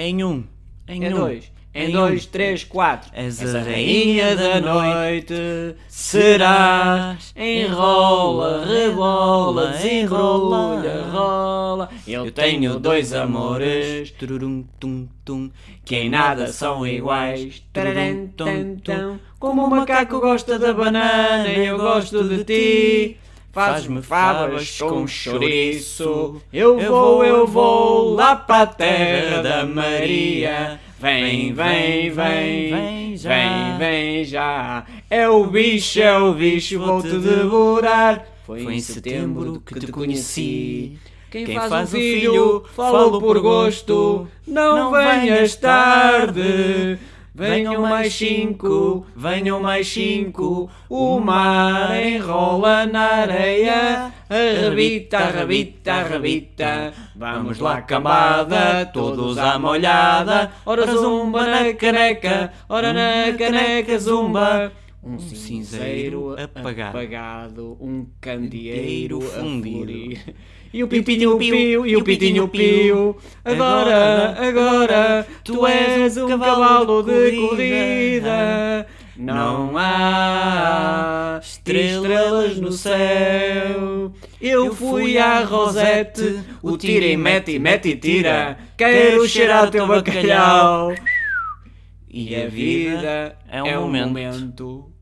Em um, Em dois. Em 2, 3, 4. És a rainha da noite, serás. Enrola, rebola, desenrola, rola. Eu tenho 2 amores Tururum, tum, tum, que em nada são iguais. Tararam, tum, tum. Como o macaco gosta da banana, eu gosto de ti. Faz-me favas com chouriço. Eu vou lá para a terra da Maria. Vem, vem, vem, vem já. É o bicho, vou-te devorar. Foi em setembro que te conheci. Quem faz um filho, falo por gosto. Não venhas tarde. Venham mais 5, venham mais 5. O mar enrola na areia. Arrebita, arrebita, arrebita. Vamos lá, cambada, todos à molhada. Ora zumba na caneca, ora na caneca zumba. Um cinzeiro apagado, um candeeiro a florir. E o pitinho piu, e o pitinho piu. Agora, tu és um cavalo de corrida. Não há estrelas no céu. Eu fui à Rosete, o tira e mete e tira. Quero cheirar o teu bacalhau. E a vida é um momento.